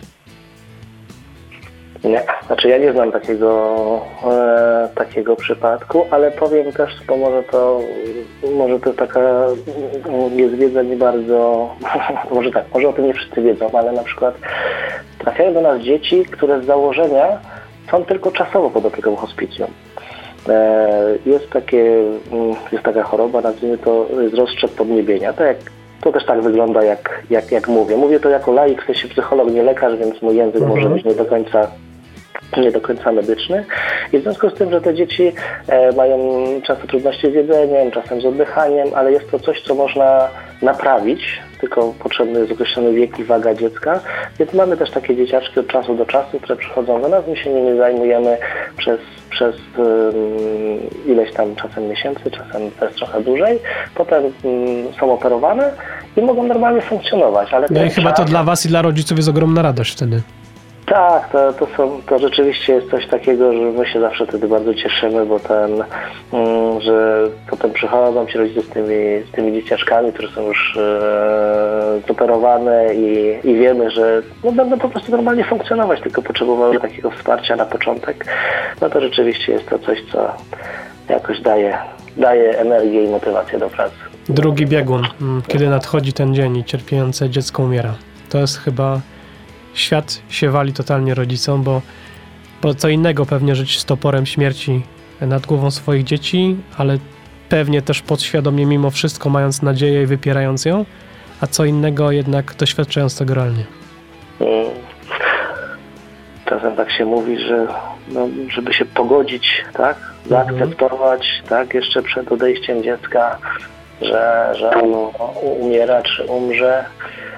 Nie, znaczy ja nie znam takiego, e, takiego przypadku, ale powiem też, bo może to, może to taka jest wiedza nie bardzo, może tak, może o tym nie wszyscy wiedzą, ale na przykład trafiają do nas dzieci, które z założenia są tylko czasowo pod opieką hospicjum. E, jest takie, jest taka choroba, nazwijmy to, jest rozszczep podniebienia, tak jak to też tak wygląda, jak, jak, jak mówię. Mówię to jako laik, w sensie psycholog, nie lekarz, więc mój język mhm. może być nie do końca nie do końca medyczny. I w związku z tym, że te dzieci e, mają często trudności z jedzeniem, czasem z oddychaniem, ale jest to coś, co można naprawić, tylko potrzebny jest określony wiek i waga dziecka. Więc mamy też takie dzieciaczki od czasu do czasu, które przychodzą do nas, my się nimi zajmujemy przez, przez um, ileś tam czasem miesięcy, czasem też trochę dłużej. Potem um, są operowane i mogą normalnie funkcjonować. Ale no i chyba to dla was i dla rodziców jest ogromna radość wtedy. Tak, to, to, są, to rzeczywiście jest coś takiego, że my się zawsze wtedy bardzo cieszymy, bo ten, mm, że potem przychodzą ci rodzice z tymi, z tymi dzieciaczkami, które są już e, zoperowane i, i wiemy, że no, będą po prostu normalnie funkcjonować, tylko potrzebowały takiego wsparcia na początek. No to rzeczywiście jest to coś, co jakoś daje, daje energię i motywację do pracy. Drugi biegun, kiedy nadchodzi ten dzień i cierpiące dziecko umiera. To jest chyba... Świat się wali totalnie rodzicom, bo, bo co innego pewnie żyć z toporem śmierci nad głową swoich dzieci, ale pewnie też podświadomie mimo wszystko mając nadzieję i wypierając ją, a co innego jednak doświadczając tego realnie. Hmm. Czasem tak się mówi, że no, żeby się pogodzić, tak, zaakceptować, mhm. tak, jeszcze przed odejściem dziecka, że, że ono umiera czy umrze.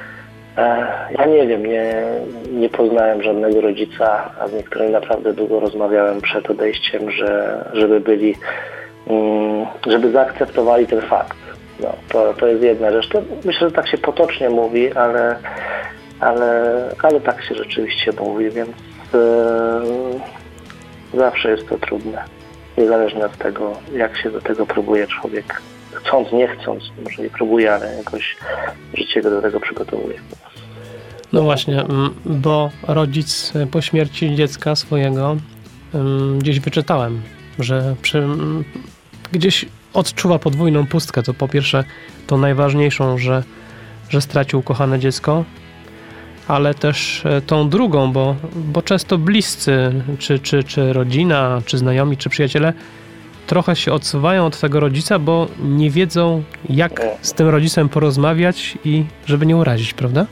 E, Ja nie wiem, nie, nie poznałem żadnego rodzica, a z niektórymi naprawdę długo rozmawiałem przed odejściem, że, żeby byli, mm, żeby zaakceptowali ten fakt. No, to, to jest jedna rzecz. To myślę, że tak się potocznie mówi, ale, ale, ale tak się rzeczywiście mówi, więc e, zawsze jest to trudne. Niezależnie od tego, jak się do tego próbuje człowiek. Chcąc, nie chcąc, może nie próbuje, ale jakoś życie go do tego przygotowuje. No właśnie, bo rodzic po śmierci dziecka swojego gdzieś wyczytałem, że przy, gdzieś odczuwa podwójną pustkę. To po pierwsze tą najważniejszą, że, że stracił ukochane dziecko, ale też tą drugą, bo, bo często bliscy, czy, czy, czy rodzina, czy znajomi, czy przyjaciele trochę się odsuwają od tego rodzica, bo nie wiedzą, jak z tym rodzicem porozmawiać i żeby nie urazić, prawda?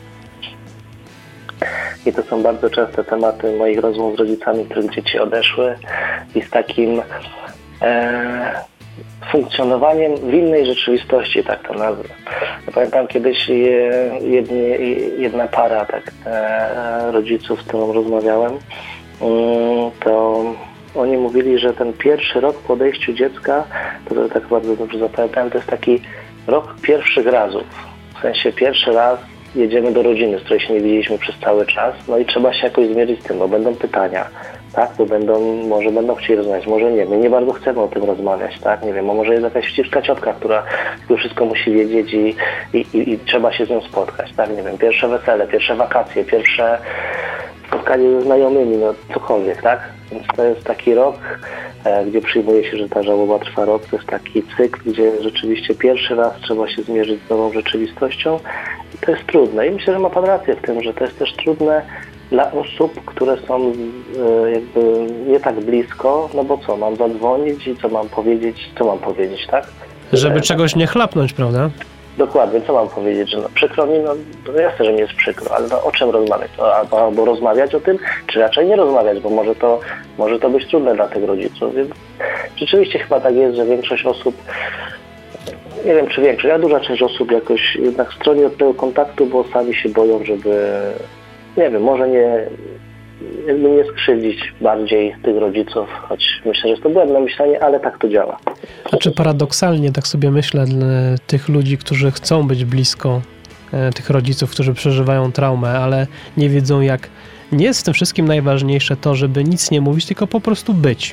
I to są bardzo częste tematy moich rozmów z rodzicami, których dzieci odeszły i z takim e, funkcjonowaniem w innej rzeczywistości, tak to nazwę. Ja pamiętam kiedyś je, jednie, jedna para tak, e, rodziców, z którą rozmawiałem, um, to oni mówili, że ten pierwszy rok po odejściu dziecka, to, to tak bardzo dobrze zapamiętałem, to jest taki rok pierwszych razów. W sensie pierwszy raz jedziemy do rodziny, z której się nie widzieliśmy przez cały czas, no i trzeba się jakoś zmierzyć z tym, bo będą pytania, tak, bo będą, może będą chcieli rozmawiać, może nie, my nie bardzo chcemy o tym rozmawiać, tak, nie wiem, a może jest jakaś wścibska ciotka, która już wszystko musi wiedzieć i, i, i, i trzeba się z nią spotkać, tak, nie wiem, pierwsze wesele, pierwsze wakacje, pierwsze spotkanie ze znajomymi, no cokolwiek, tak, więc to jest taki rok, e, gdzie przyjmuje się, że ta żałoba trwa rok, to jest taki cykl, gdzie rzeczywiście pierwszy raz trzeba się zmierzyć z nową rzeczywistością. To jest trudne i myślę, że ma Pan rację w tym, że to jest też trudne dla osób, które są e, jakby nie tak blisko, no bo co, mam zadzwonić i co mam powiedzieć, co mam powiedzieć, tak? Żeby że, czegoś nie chlapnąć, prawda? Dokładnie, co mam powiedzieć, że no, przykro mi, no, no jasne, że mi jest przykro, ale no, o czym rozmawiać? No, albo, albo rozmawiać o tym, czy raczej nie rozmawiać, bo może to, może to być trudne dla tych rodziców, więc rzeczywiście chyba tak jest, że większość osób, nie wiem czy większość, ale duża część osób jakoś jednak stroni od tego kontaktu, bo sami się boją, żeby, nie wiem, może nie, jakby nie skrzywdzić bardziej tych rodziców, choć myślę, że jest to błędne myślenie, ale tak to działa. Znaczy paradoksalnie, tak sobie myślę, dla tych ludzi, którzy chcą być blisko e, tych rodziców, którzy przeżywają traumę, ale nie wiedzą jak, nie jest w tym wszystkim najważniejsze to, żeby nic nie mówić, tylko po prostu być.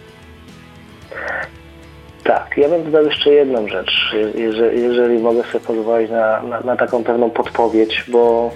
Tak, ja bym dodał jeszcze jedną rzecz, jeżeli, jeżeli mogę sobie pozwolić na, na, na taką pewną podpowiedź, bo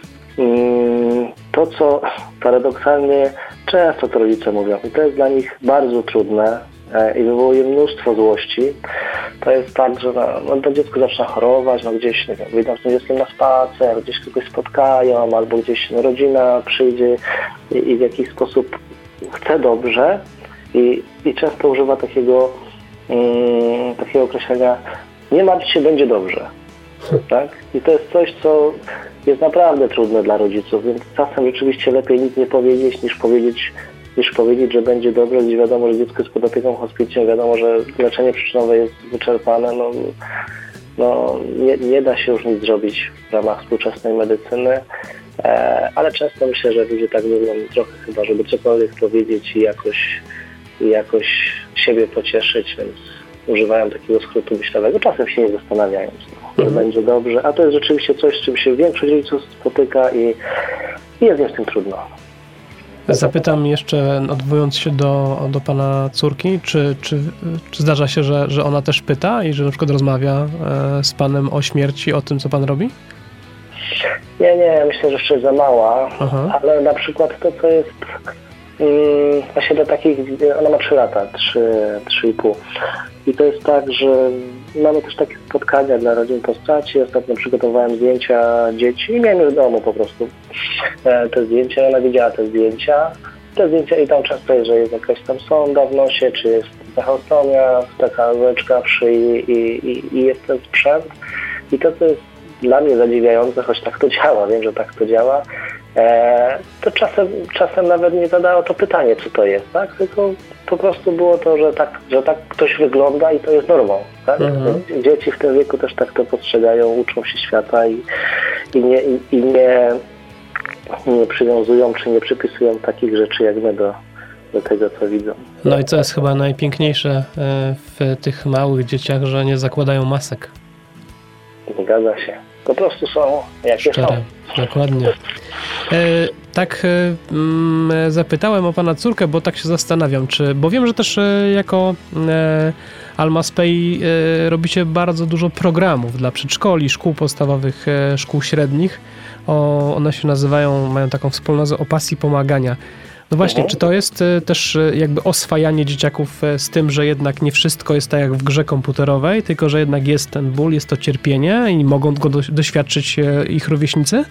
mm, to, co paradoksalnie często to rodzice mówią i to jest dla nich bardzo trudne e, i wywołuje mnóstwo złości, to jest tak, że no, no, to dziecko zaczyna chorować, no gdzieś, nie wiem, wyjdą z tym dzieckiem na spacer, gdzieś kogoś spotkają, albo gdzieś no, rodzina przyjdzie i, i w jakiś sposób chce dobrze i, i często używa takiego Hmm, takiego określenia, nie martw się, będzie dobrze. Tak? I to jest coś, co jest naprawdę trudne dla rodziców, więc czasem rzeczywiście lepiej nic nie powiedzieć, niż powiedzieć, niż powiedzieć, że będzie dobrze, gdzie wiadomo, że dziecko jest pod opieką hospicją, wiadomo, że leczenie przyczynowe jest wyczerpane, no, no nie, nie da się już nic zrobić w ramach współczesnej medycyny, e, ale często myślę, że ludzie tak mówią trochę chyba, żeby cokolwiek powiedzieć i jakoś i jakoś siebie pocieszyć, więc używają takiego skrótu myślowego, czasem się nie zastanawiając, no, że będzie dobrze, a to jest rzeczywiście coś, z czym się większość rodziców spotyka i, i jest mi z tym trudno. Zapytam jeszcze, odwołując się do, do pana córki, czy, czy, czy zdarza się, że, że ona też pyta i że na przykład rozmawia e, z panem o śmierci, o tym, co pan robi? Nie, nie, myślę, że jeszcze za mała, Aha. ale na przykład to, co jest Hmm, właśnie do takich, ona ma trzy lata, trzy i pół. I to jest tak, że mamy też takie spotkania dla rodzin po stracie. Ostatnio przygotowałem zdjęcia dzieci i miałem już w domu po prostu e, te zdjęcia. Ona widziała te zdjęcia. Te zdjęcia i tam często jest, że jest jakaś tam sonda w nosie, czy jest tracheostomia, taka łeczka w szyi i, i, i jest ten sprzęt. I to, co jest dla mnie zadziwiające, choć tak to działa, wiem, że tak to działa, e, to czasem, czasem nawet nie zadało to pytanie, co to jest, tak? Tylko po prostu było to, że tak, że tak ktoś wygląda i to jest normą, tak? Mhm. Dzieci w tym wieku też tak to postrzegają, uczą się świata i, i nie, i, i nie, nie przywiązują czy nie przypisują takich rzeczy jak my do, do tego, co widzą. No i co jest chyba najpiękniejsze w tych małych dzieciach, że nie zakładają masek. Zgadza się. Po prostu są jakie Szczere. są. Dokładnie. E, tak e, m, zapytałem o pana córkę, bo tak się zastanawiam, czy, bo wiem, że też e, jako e, Alma Spei e, robicie bardzo dużo programów dla przedszkoli, szkół podstawowych, e, szkół średnich. O, one się nazywają, mają taką wspólną nazwę o pasji pomagania. No właśnie, Mhm. czy to jest e, też e, jakby oswajanie dzieciaków e, z tym, że jednak nie wszystko jest tak jak w grze komputerowej, tylko że jednak jest ten ból, jest to cierpienie i mogą go do, doświadczyć e, ich rówieśnicy?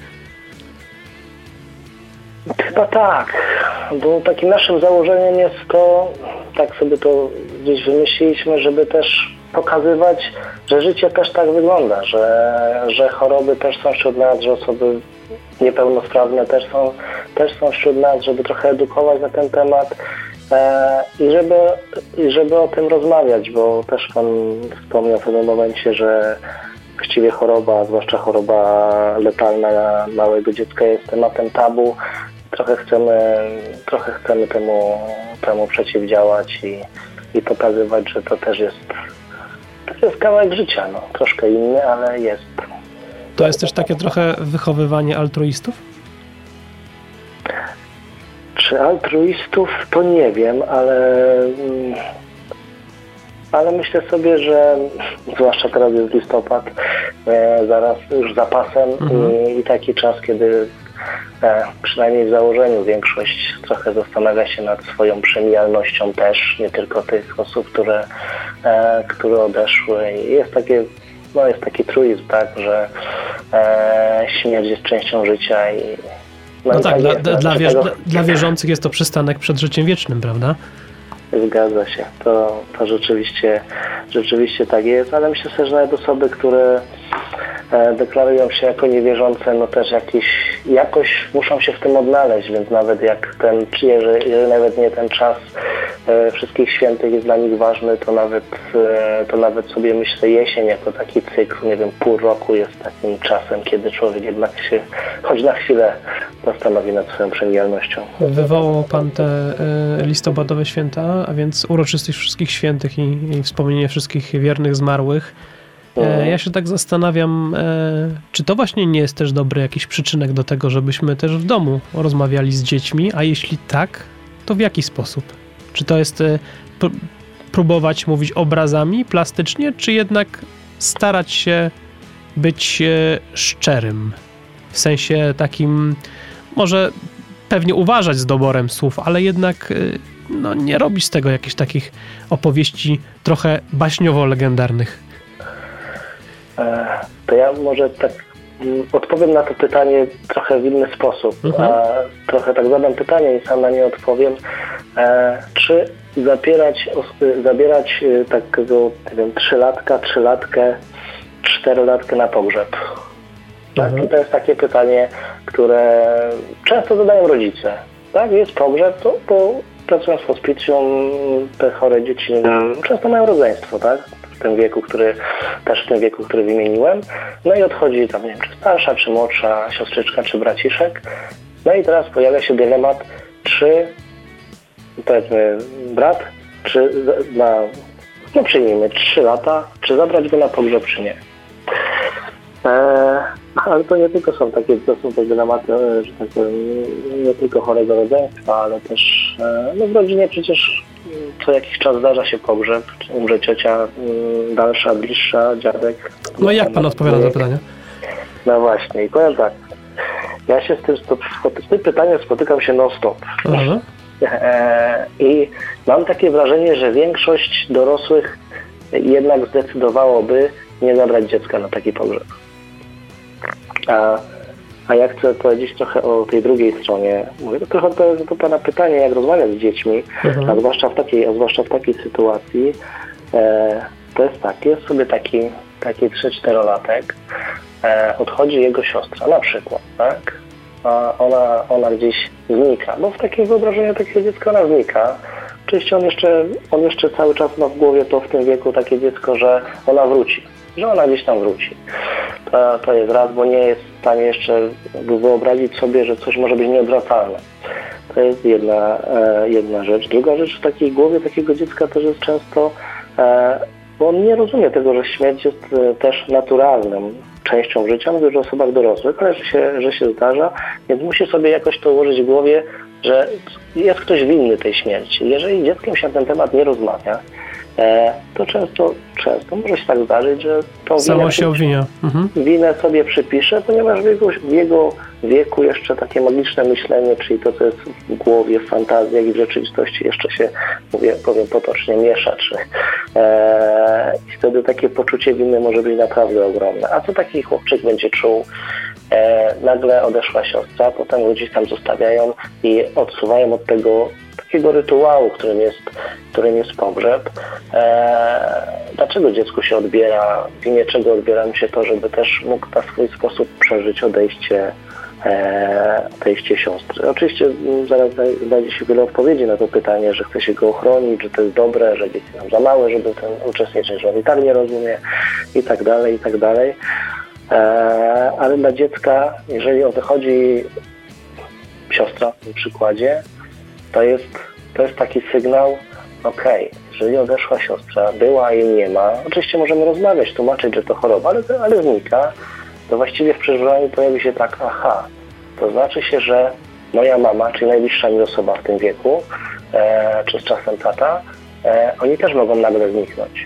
Chyba tak, bo takim naszym założeniem jest to, tak sobie to gdzieś wymyśliliśmy, żeby też pokazywać, że życie też tak wygląda, że, że choroby też są wśród nas, że osoby niepełnosprawne też są, też są wśród nas, żeby trochę edukować na ten temat e, i żeby, i żeby o tym rozmawiać, bo też Pan wspomniał w pewnym momencie, że właściwie choroba, zwłaszcza choroba letalna małego dziecka jest tematem tabu. Trochę chcemy, trochę chcemy temu, temu przeciwdziałać i, i pokazywać, że to też jest, to jest kawałek życia, no. Troszkę inny, ale jest. To jest też takie trochę wychowywanie altruistów? Czy altruistów, to nie wiem, ale, ale myślę sobie, że zwłaszcza teraz jest listopad, e, zaraz już za pasem Mhm. i, i taki czas, kiedy e, przynajmniej w założeniu większość trochę zastanawia się nad swoją przemijalnością też, nie tylko tych osób, które, e, które odeszły. I jest takie, no jest taki truizm, tak, że e, śmierć jest częścią życia i No, no tak, tak dla, jest, dla, dla, znaczy wierz, tego- dla, dla wierzących jest to przystanek przed życiem wiecznym, prawda? Zgadza się. To, to rzeczywiście, rzeczywiście tak jest, ale myślę sobie, że nawet osoby, które e, deklarują się jako niewierzące, no też jakieś, jakoś muszą się w tym odnaleźć, więc nawet jak ten, jeżeli, jeżeli nawet nie ten czas e, wszystkich świętych jest dla nich ważny, to nawet, e, to nawet sobie myślę, jesień jako taki cykl, nie wiem, pół roku jest takim czasem, kiedy człowiek jednak się choć na chwilę zastanowi nad swoją przemijalnością. Wywołał pan te y, listopadowe święta, a więc uroczystość wszystkich świętych i, i wspomnienie wszystkich wiernych zmarłych. E, ja się tak zastanawiam, e, czy to właśnie nie jest też dobry jakiś przyczynek do tego, żebyśmy też w domu rozmawiali z dziećmi, a jeśli tak, to w jaki sposób? Czy to jest e, p- próbować mówić obrazami, plastycznie, czy jednak starać się być e, szczerym? W sensie takim, może pewnie uważać z doborem słów, ale jednak y, no, nie robić z tego jakichś takich opowieści trochę baśniowo-legendarnych. E, To ja może tak mm, odpowiem na to pytanie trochę w inny sposób. Mhm. A trochę tak zadam pytanie i sam na nie odpowiem. E, czy zabierać, os- zabierać y, takiego, nie wiem, trzylatka, trzylatkę, czterolatkę na pogrzeb? Tak? Mhm. I to jest takie pytanie, które często zadają rodzice. Tak, jest pogrzeb, to bo pracując w hospicjum, te chore dzieci często mają rodzeństwo, tak? W tym wieku, który, też w tym wieku, który wymieniłem. No i odchodzi tam, nie wiem, czy starsza, czy młodsza siostrzyczka, czy braciszek. No i teraz pojawia się dylemat, czy powiedzmy brat, czy na, no przyjmijmy, trzy lata, czy zabrać go na pogrzeb, czy nie. Eee, ale to nie tylko są takie, to są te dylematy, e, że tak powiem, nie tylko chorego rodzeństwa, ale też e, no w rodzinie przecież mm, co jakiś czas zdarza się pogrzeb, czy umrze ciocia mm, dalsza, bliższa, dziadek. No i jak pan odpowiada na to pytanie? No właśnie i powiem tak, ja się z tym, z tym pytaniem spotykam się non-stop. Mhm. E, I mam takie wrażenie, że większość dorosłych jednak zdecydowałoby nie zabrać dziecka na taki pogrzeb. A, a ja chcę powiedzieć trochę o tej drugiej stronie. Mówię, to trochę odpowiadam to pana pytanie, jak rozmawiać z dziećmi, Mhm. a zwłaszcza w takiej, a zwłaszcza w takiej sytuacji. E, to jest tak, jest sobie taki, taki trzy-czterolatek, e, odchodzi jego siostra na przykład, tak? A ona, ona gdzieś znika, bo w takim wyobrażeniu takiego dziecka ona znika. Oczywiście on jeszcze, on jeszcze cały czas ma w głowie to w tym wieku takie dziecko, że ona wróci, że ona gdzieś tam wróci. To, to jest raz, bo nie jest w stanie jeszcze wyobrazić sobie, że coś może być nieodwracalne. To jest jedna, e, jedna rzecz. Druga rzecz w takiej głowie takiego dziecka też jest często, e, bo on nie rozumie tego, że śmierć jest e, też naturalną częścią życia. Mówię już o osobach dorosłych, ale że się, że się zdarza, więc musi sobie jakoś to ułożyć w głowie, że jest ktoś winny tej śmierci. Jeżeli dzieckiem się na ten temat nie rozmawia, to często, często może się tak zdarzyć, że tą Samo winę, się obwinia. Mhm. winę sobie przypisze, ponieważ w jego, w jego wieku jeszcze takie magiczne myślenie, czyli to, co jest w głowie, w fantazjach i w rzeczywistości jeszcze się, mówię, powiem potocznie, miesza. Czy, e, I wtedy takie poczucie winy może być naprawdę ogromne. A co taki chłopczyk będzie czuł? E, nagle odeszła siostra, potem go gdzieś tam zostawiają i odsuwają od tego takiego rytuału, którym jest, którym jest pogrzeb. Eee, dlaczego dziecku się odbiera, w imię czego odbiera mu się to, żeby też mógł na swój sposób przeżyć odejście, eee, odejście siostry. Oczywiście m, zaraz znajdzie się wiele odpowiedzi na to pytanie, że chce się go ochronić, że to jest dobre, że dzieci są za małe, żeby ten uczestniczyć, że on i tak nie rozumie i tak dalej, i tak dalej. Eee, ale dla dziecka, jeżeli o to chodzi, siostra w tym przykładzie, To jest, to jest taki sygnał, okej, okay, jeżeli odeszła siostra, była i nie ma, oczywiście możemy rozmawiać, tłumaczyć, że to choroba, ale, ale znika, to właściwie w przeżywaniu pojawi się tak, aha, to znaczy się, że moja mama, czyli najbliższa mi osoba w tym wieku, e, czy z czasem tata, e, oni też mogą nagle zniknąć.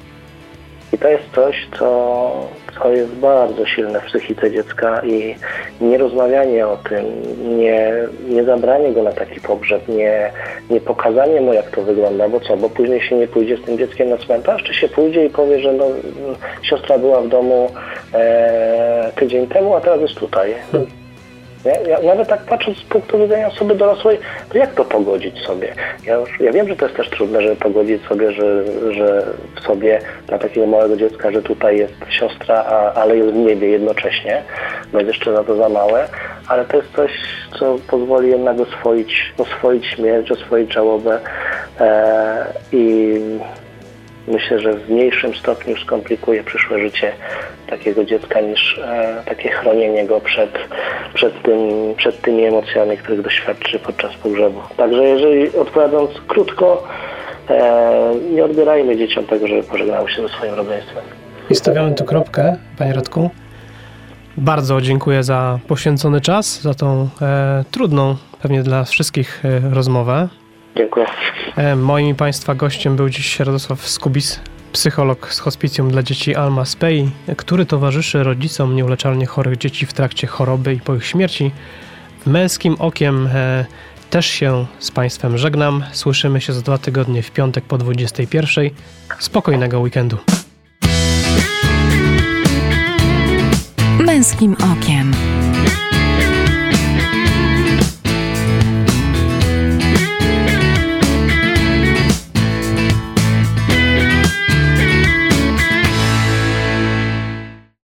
I to jest coś, co, co jest bardzo silne w psychice dziecka i nierozmawianie o tym, nie, nie zabranie go na taki pogrzeb, nie, nie pokazanie mu, jak to wygląda, bo co, bo później się nie pójdzie z tym dzieckiem na cmentarz, czy się pójdzie i powie, że no, siostra była w domu e, tydzień temu, a teraz jest tutaj. Nie? Ja, nawet tak patrząc z punktu widzenia osoby dorosłej, to jak to pogodzić sobie? Ja, już, ja wiem, że to jest też trudne, żeby pogodzić sobie, że, że w sobie dla takiego małego dziecka, że tutaj jest siostra, a, ale jest w niebie jednocześnie, bo jest jeszcze za to za małe, ale to jest coś, co pozwoli jednak oswoić, oswoić śmierć, oswoić żałobę e, i myślę, że w mniejszym stopniu skomplikuje przyszłe życie takiego dziecka niż e, takie chronienie go przed, przed, tym, przed tymi emocjami, których doświadczy podczas pogrzebu. Także jeżeli odpowiadając krótko, e, nie odbierajmy dzieciom tego, żeby pożegnały się ze swoim rodzeństwem. I stawiamy tu kropkę, panie Radku. Bardzo dziękuję za poświęcony czas, za tą e, trudną pewnie dla wszystkich e, rozmowę. Dziękuję. E, moim i Państwa gościem był dziś Radosław Skubis, psycholog z Hospicjum dla dzieci Alma Spei, który towarzyszy rodzicom nieuleczalnie chorych dzieci w trakcie choroby i po ich śmierci. Męskim okiem e, też się z Państwem żegnam. Słyszymy się za dwa tygodnie w piątek po dwudziestej pierwszej. Spokojnego weekendu. Męskim okiem.